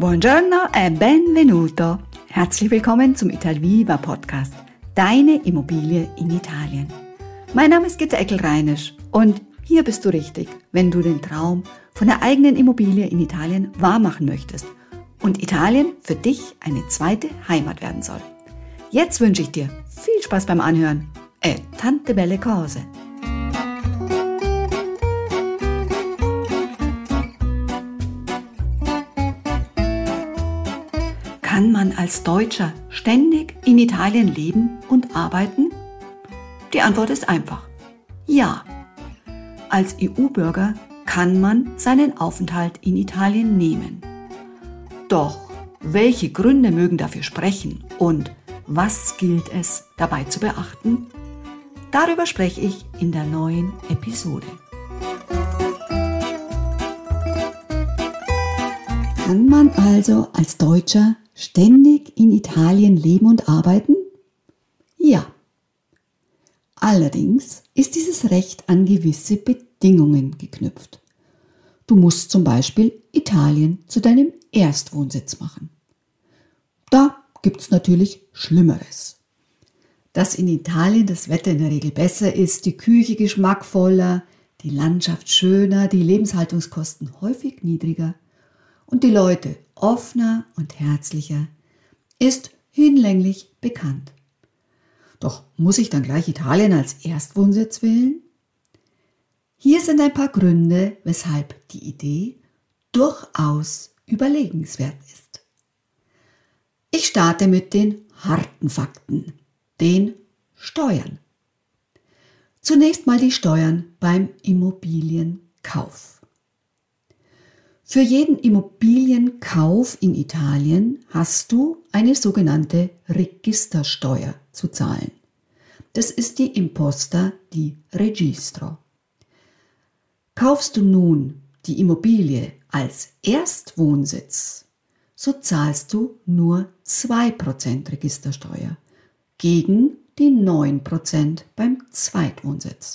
Buongiorno e benvenuto. Herzlich willkommen zum Italviva Podcast, deine Immobilie in Italien. Mein Name ist Gitta Eckel-Reinisch und hier bist du richtig, wenn du den Traum von der eigenen Immobilie in Italien wahrmachen möchtest und Italien für dich eine zweite Heimat werden soll. Jetzt wünsche ich dir viel Spaß beim Anhören e tante belle cose. Kann man als Deutscher ständig in Italien leben und arbeiten? Die Antwort ist einfach: ja. Als EU-Bürger kann man seinen Aufenthalt in Italien nehmen. Doch welche Gründe mögen dafür sprechen und was gilt es dabei zu beachten? Darüber spreche ich in der neuen Episode. Kann man also als Deutscher ständig in Italien leben und arbeiten? Ja. Allerdings ist dieses Recht an gewisse Bedingungen geknüpft. Du musst zum Beispiel Italien zu deinem Erstwohnsitz machen. Da gibt's natürlich Schlimmeres. Dass in Italien das Wetter in der Regel besser ist, die Küche geschmackvoller, die Landschaft schöner, die Lebenshaltungskosten häufig niedriger und die Leute offener und herzlicher, ist hinlänglich bekannt. Doch muss ich dann gleich Italien als Erstwohnsitz wählen? Hier sind ein paar Gründe, weshalb die Idee durchaus überlegenswert ist. Ich starte mit den harten Fakten, den Steuern. Zunächst mal die Steuern beim Immobilienkauf. Für jeden Immobilienkauf in Italien hast du eine sogenannte Registersteuer zu zahlen. Das ist die Imposta di Registro. Kaufst du nun die Immobilie als Erstwohnsitz, so zahlst du nur 2% Registersteuer gegen die 9% beim Zweitwohnsitz.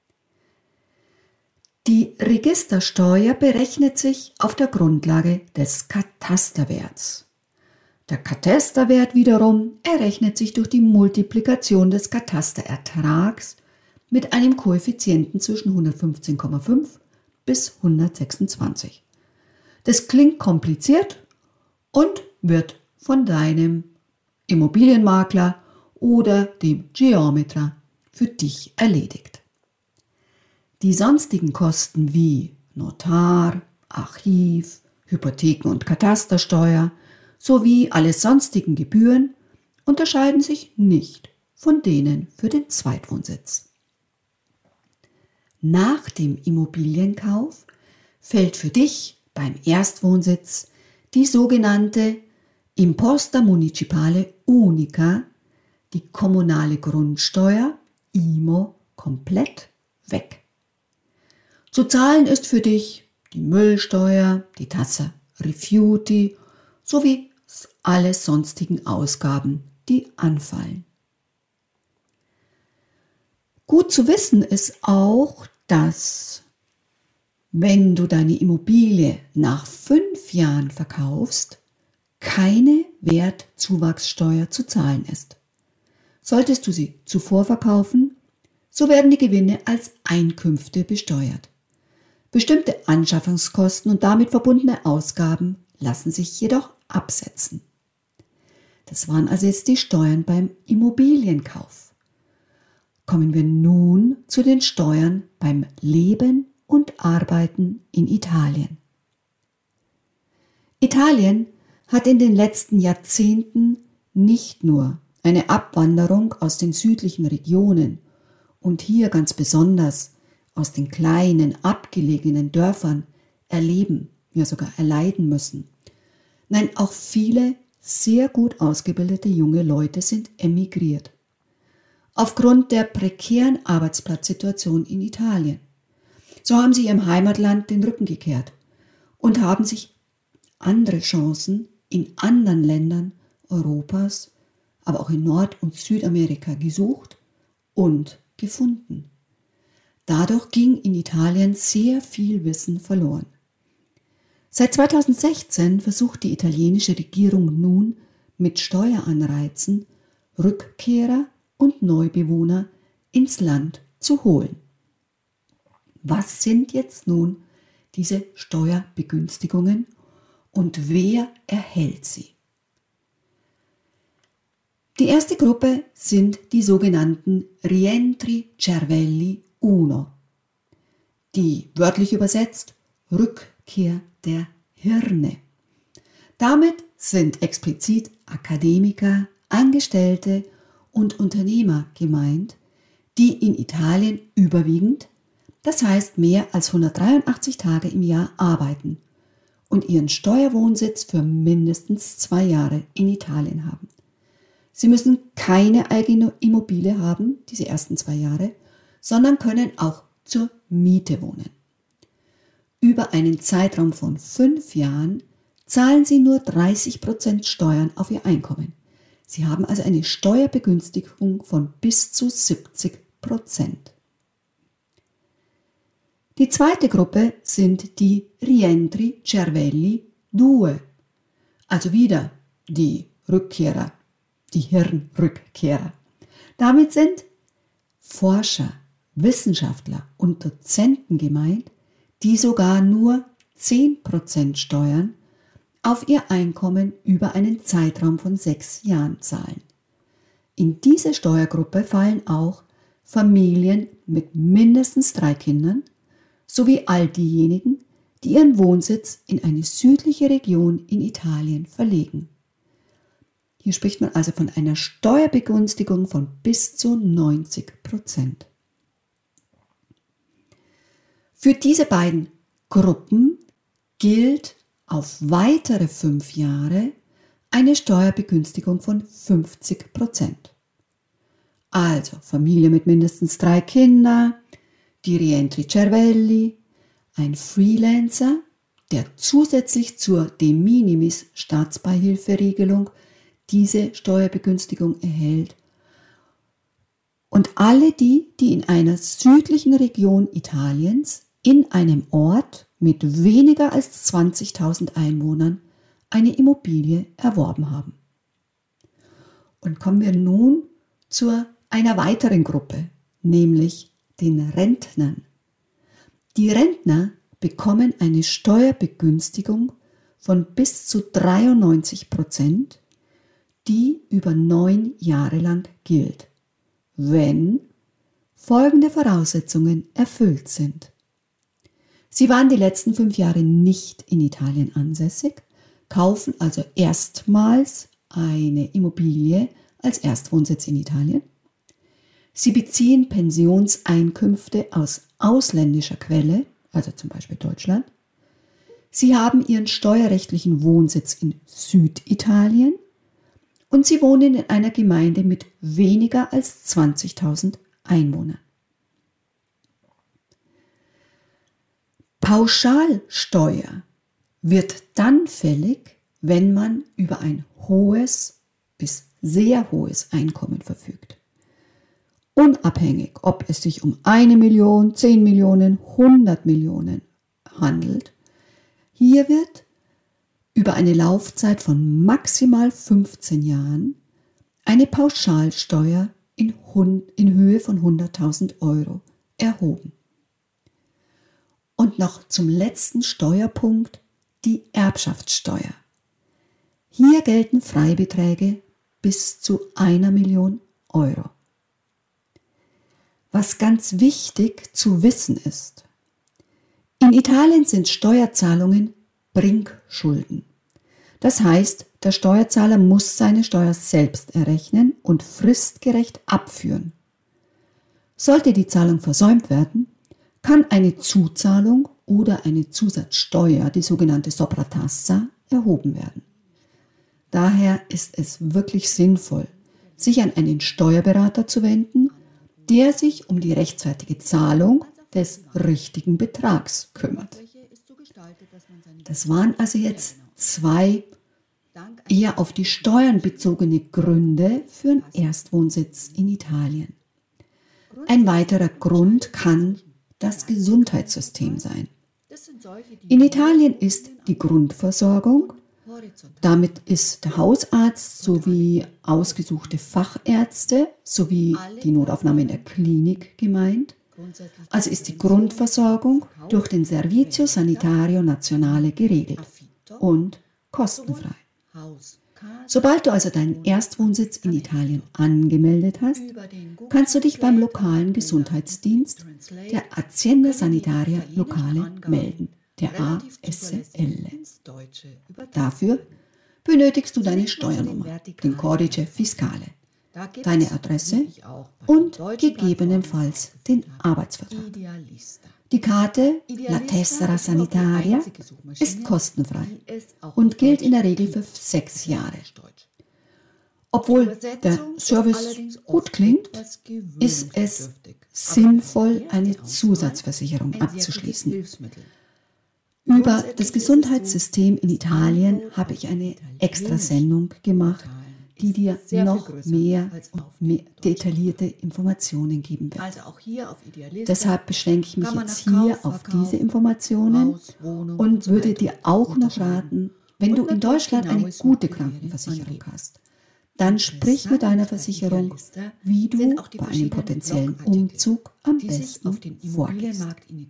Die Registersteuer berechnet sich auf der Grundlage des Katasterwerts. Der Katasterwert wiederum errechnet sich durch die Multiplikation des Katasterertrags mit einem Koeffizienten zwischen 115,5 bis 126. Das klingt kompliziert und wird von deinem Immobilienmakler oder dem Geometer für dich erledigt. Die sonstigen Kosten wie Notar, Archiv, Hypotheken- und Katastersteuer sowie alle sonstigen Gebühren unterscheiden sich nicht von denen für den Zweitwohnsitz. Nach dem Immobilienkauf fällt für dich beim Erstwohnsitz die sogenannte Imposta Municipale Unica, die kommunale Grundsteuer IMO, komplett weg. Zu zahlen ist für dich die Müllsteuer, die Tassa Rifiuti sowie alle sonstigen Ausgaben, die anfallen. Gut zu wissen ist auch, dass, wenn du deine Immobilie nach 5 Jahren verkaufst, keine Wertzuwachssteuer zu zahlen ist. Solltest du sie zuvor verkaufen, so werden die Gewinne als Einkünfte besteuert. Bestimmte Anschaffungskosten und damit verbundene Ausgaben lassen sich jedoch absetzen. Das waren also jetzt die Steuern beim Immobilienkauf. Kommen wir nun zu den Steuern beim Leben und Arbeiten in Italien. Italien hat in den letzten Jahrzehnten nicht nur eine Abwanderung aus den südlichen Regionen und hier ganz besonders aus den kleinen, abgelegenen Dörfern erleben, ja sogar erleiden müssen. Nein, auch viele sehr gut ausgebildete junge Leute sind emigriert. Aufgrund der prekären Arbeitsplatzsituation in Italien. So haben sie ihrem Heimatland den Rücken gekehrt und haben sich andere Chancen in anderen Ländern Europas, aber auch in Nord- und Südamerika gesucht und gefunden. Dadurch ging in Italien sehr viel Wissen verloren. Seit 2016 versucht die italienische Regierung nun mit Steueranreizen Rückkehrer und Neubewohner ins Land zu holen. Was sind jetzt nun diese Steuerbegünstigungen und wer erhält sie? Die erste Gruppe sind die sogenannten Rientri Cervelli I, die wörtlich übersetzt Rückkehr der Hirne. Damit sind explizit Akademiker, Angestellte und Unternehmer gemeint, die in Italien überwiegend, das heißt mehr als 183 Tage im Jahr arbeiten und ihren Steuerwohnsitz für mindestens 2 Jahre in Italien haben. Sie müssen keine eigene Immobilie haben, diese ersten 2 Jahre, sondern können auch zur Miete wohnen. Über einen Zeitraum von 5 Jahren zahlen sie nur 30% Steuern auf ihr Einkommen. Sie haben also eine Steuerbegünstigung von bis zu 70%. Die zweite Gruppe sind die Rientri Cervelli II, also wieder die Rückkehrer, die Hirnrückkehrer. Damit sind Forscher, Wissenschaftler und Dozenten gemeint, die sogar nur 10% Steuern auf ihr Einkommen über einen Zeitraum von 6 Jahren zahlen. In diese Steuergruppe fallen auch Familien mit mindestens 3 Kindern sowie all diejenigen, die ihren Wohnsitz in eine südliche Region in Italien verlegen. Hier spricht man also von einer Steuerbegünstigung von bis zu 90%. Für diese beiden Gruppen gilt auf weitere 5 Jahre eine Steuerbegünstigung von 50%. Also Familie mit mindestens 3 Kindern, die Rientri Cervelli, ein Freelancer, der zusätzlich zur De Minimis Staatsbeihilferegelung diese Steuerbegünstigung erhält, und alle die, die in einer südlichen Region Italiens in einem Ort mit weniger als 20.000 Einwohnern eine Immobilie erworben haben. Und kommen wir nun zu einer weiteren Gruppe, nämlich den Rentnern. Die Rentner bekommen eine Steuerbegünstigung von bis zu 93%, die über 9 Jahre lang gilt, wenn folgende Voraussetzungen erfüllt sind. Sie waren die letzten 5 Jahre nicht in Italien ansässig, kaufen also erstmals eine Immobilie als Erstwohnsitz in Italien. Sie beziehen Pensionseinkünfte aus ausländischer Quelle, also zum Beispiel Deutschland. Sie haben ihren steuerrechtlichen Wohnsitz in Süditalien und sie wohnen in einer Gemeinde mit weniger als 20.000 Einwohnern. Pauschalsteuer wird dann fällig, wenn man über ein hohes bis sehr hohes Einkommen verfügt. Unabhängig, ob es sich um 1 Million, 10 Millionen, 100 Millionen handelt, hier wird über eine Laufzeit von maximal 15 Jahren eine Pauschalsteuer in Höhe von 100.000 Euro erhoben. Und noch zum letzten Steuerpunkt, die Erbschaftssteuer. Hier gelten Freibeträge bis zu 1 Million Euro. Was ganz wichtig zu wissen ist: In Italien sind Steuerzahlungen Bringschulden. Das heißt, der Steuerzahler muss seine Steuer selbst errechnen und fristgerecht abführen. Sollte die Zahlung versäumt werden, kann eine Zuzahlung oder eine Zusatzsteuer, die sogenannte Sopratassa, erhoben werden. Daher ist es wirklich sinnvoll, sich an einen Steuerberater zu wenden, der sich um die rechtzeitige Zahlung des richtigen Betrags kümmert. Das waren also jetzt 2 eher auf die Steuern bezogene Gründe für einen Erstwohnsitz in Italien. Ein weiterer Grund kann das Gesundheitssystem sein. In Italien ist die Grundversorgung, damit ist der Hausarzt sowie ausgesuchte Fachärzte sowie die Notaufnahme in der Klinik gemeint. Also ist die Grundversorgung durch den Servizio Sanitario Nazionale geregelt und kostenfrei. Sobald du also deinen Erstwohnsitz in Italien angemeldet hast, kannst du dich beim lokalen Gesundheitsdienst der Azienda Sanitaria Locale melden, der ASL. Dafür benötigst du deine Steuernummer, den Codice Fiscale, deine Adresse und gegebenenfalls den Arbeitsvertrag. Die Karte La Tessera Sanitaria ist kostenfrei und gilt in der Regel für 6 Jahre. Obwohl der Service gut klingt, ist es sinnvoll, eine Zusatzversicherung abzuschließen. Über das Gesundheitssystem in Italien habe ich eine extra Sendung gemacht, die dir noch mehr detaillierte Informationen geben wird. Deshalb beschränke ich mich jetzt hier auf diese Informationen und würde dir auch noch raten, wenn du in Deutschland eine gute Krankenversicherung hast, dann sprich mit deiner Versicherung, wie du bei einem potenziellen Umzug am besten vorgehst.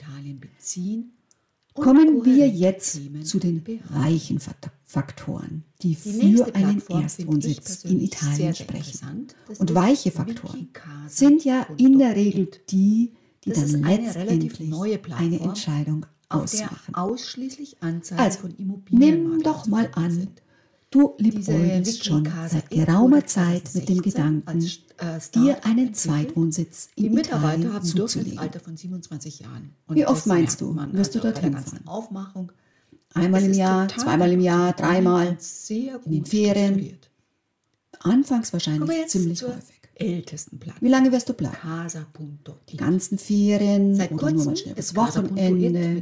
Kommen wir jetzt zu den weichen Faktoren, die für einen Erstwohnsitz in Italien sprechen. Und weiche Faktoren sind ja in der Regel die, die dann letztendlich eine Entscheidung ausmachen. Also, nimm doch mal an, du liebäugelst schon seit geraumer Zeit mit dem Gedanken, dir einen Zweitwohnsitz in Italien zuzulegen. Wie oft meinst du, wirst du dorthin fahren? Einmal im Jahr, zweimal im Jahr, dreimal, in den Ferien? Anfangs wahrscheinlich ziemlich häufig. Wie lange wirst du bleiben? Die ganzen Ferien oder nur mal schnell das Wochenende?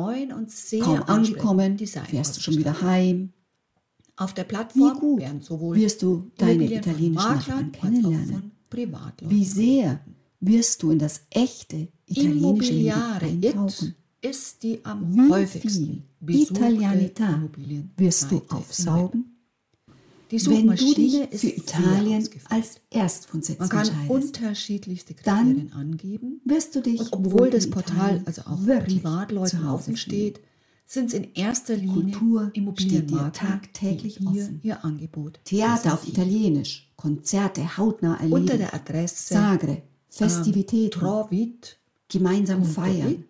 Kaum angekommen, fährst du schon wieder heim? Auf der Plattform wie gut wirst du deine italienischen Nachbarn kennenlernen? Wie sehr wirst du in das echte italienische Leben eintauchen? Ist die am häufigsten besuchte Italianità wirst du aufsaugen, wenn du dich für Italien als Erstwohnsitz entscheidest? Man kann unterschiedlichste Kriterien angeben. Wirst du dich, und obwohl das Portal also auch Privatleuten offen steht, sind es in erster Linie Immobilienmakler, tagtäglich die ihr Angebot Theater auf Italienisch, Konzerte hautnah erleben, unter der Adresse Sagre, Festivitäten, Trovit, gemeinsam feiern.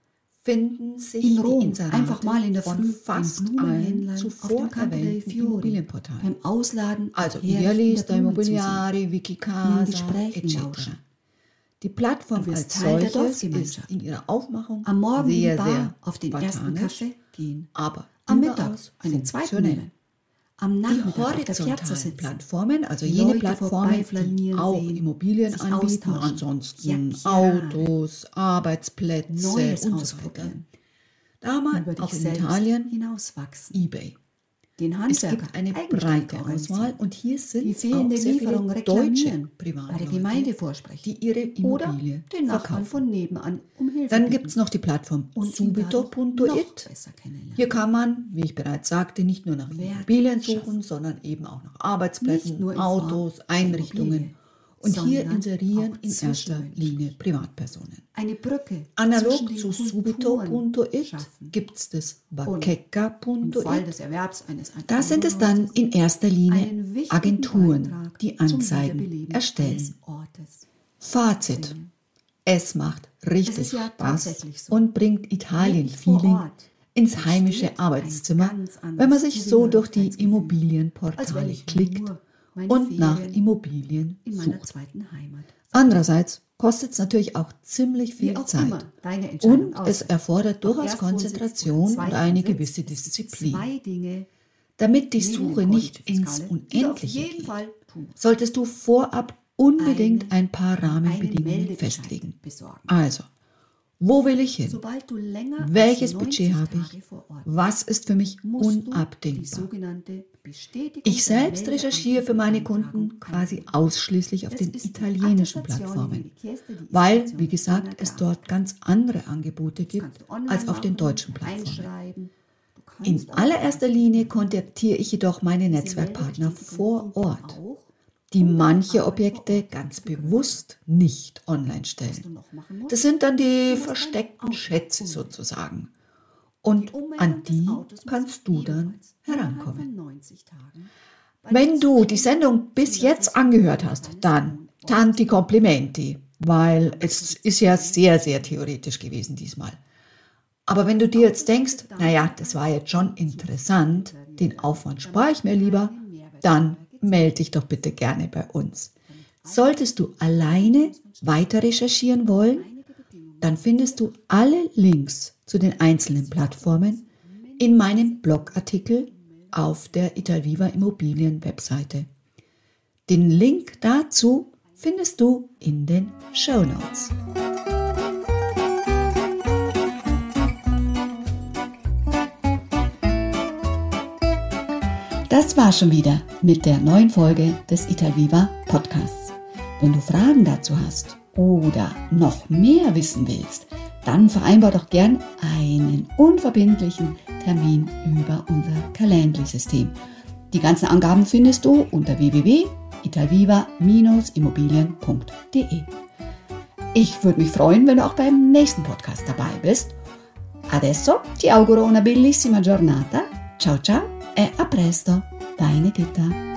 Finden sich in Rom die Inserate einfach mal in der von Früh fast in allen zuvor erwähnten Immobilienportalen. Beim Ausladen Also Idealista, Immobiliari, Wikicasa, Gesprächen etc. lauschen. Die Plattform als Teil der solches ist Dorfgemeinschaft. in ihrer Aufmachung Am Morgen in die sehr, Bar sehr auf den ersten spartanisch, Kaffee gehen, aber am Mittag überaus einen zweiten funktionell. nehmen, am Die Nachmittag auf der Piazza horizontalen sitzen, Plattformen, also die jene Leute Plattformen, die vorbeiflanieren auch sehen, Immobilien sich anbieten, austauschen. ansonsten Ja, Autos, Arbeitsplätze Neues und so weiter. ausprobieren, Da haben wir über dich auch in selbst Italien hinauswachsen. eBay. Den Es Handwerker gibt eine eigenständig breite organisieren. Auswahl und hier sind Die auch fehlende sehr Lieferung viele deutsche reklamieren, bei der Privatleute, Gemeinde vorsprechen die ihre oder Immobilie den Nachbarn verkaufen. von nebenan um Hilfe Dann bitten gibt es noch die Plattform und ihn dadurch noch subito.it. besser kennenlernen. Hier kann man, wie ich bereits sagte, nicht nur nach Immobilien suchen, sondern eben auch nach Arbeitsplätzen, Nicht nur in Autos, Form Einrichtungen. Immobilie, Und hier sondern inserieren auch in erster zwischenmenschlich. Linie Privatpersonen. Eine Brücke Analog zwischen den zu Kulturen subito.it schaffen. gibt es das Im Fall Bacheca.it. des Erwerbs eines Da sind es dann in erster einen Linie wichtigen Agenturen, Beitrag die zum Anzeigen Wiederbeleben erstellen. eines Ortes. Fazit. Es macht richtig Es ist ja Spaß tatsächlich so. und bringt Wirklich vor Italien-Feeling Ort ins heimische entsteht ein Arbeitszimmer, ganz anderes wenn man sich so durch die Zugehörigkeitsgefühl, als wenn Immobilienportale ich klickt nur meine und nach Ferien Immobilien in meiner sucht. zweiten Heimat. Andererseits kostet es natürlich auch ziemlich Wie viel auch Zeit immer deine Entscheidung und es ausfällt. erfordert durchaus Erstwohnsitz Konzentration oder und eine Zweitwohnsitz, gewisse es gibt Disziplin. Zwei Dinge, Damit die neben dem Suche nicht Codice ins Fiscale, die du auf Unendliche jeden geht, Fall tun musst. solltest du vorab unbedingt ein paar einen Rahmenbedingungen Meldebescheid festlegen. besorgen. Also, wo will ich hin? Sobald du länger Welches als 90 Budget habe Tage ich? vor Ort Was ist für mich musst du die unabdingbar? sogenannte Ich selbst recherchiere für meine Kunden quasi ausschließlich auf den italienischen Plattformen, weil, wie gesagt, es dort ganz andere Angebote gibt als auf den deutschen Plattformen. In allererster Linie kontaktiere ich jedoch meine Netzwerkpartner vor Ort, die manche Objekte ganz bewusst nicht online stellen. Das sind dann die versteckten Schätze sozusagen. Und an die kannst du dann herankommen. Wenn du die Sendung bis jetzt angehört hast, dann tanti complimenti, weil es ist ja sehr, sehr theoretisch gewesen diesmal. Aber wenn du dir jetzt denkst, naja, das war jetzt schon interessant, den Aufwand spare ich mir lieber, dann melde dich doch bitte gerne bei uns. Solltest du alleine weiter recherchieren wollen, dann findest du alle Links zu den einzelnen Plattformen in meinem Blogartikel auf der Italviva Immobilien Webseite. Den Link dazu findest du in den Shownotes. Das war schon wieder mit der neuen Folge des Italviva Podcasts. Wenn du Fragen dazu hast oder noch mehr wissen willst, dann vereinbar doch gern einen unverbindlichen Termin über unser Calendly-System. Die ganzen Angaben findest du unter www.italviva-immobilien.de. Ich würde mich freuen, wenn du auch beim nächsten Podcast dabei bist. Adesso ti auguro una bellissima giornata. Ciao ciao e a presto, deine Gitta.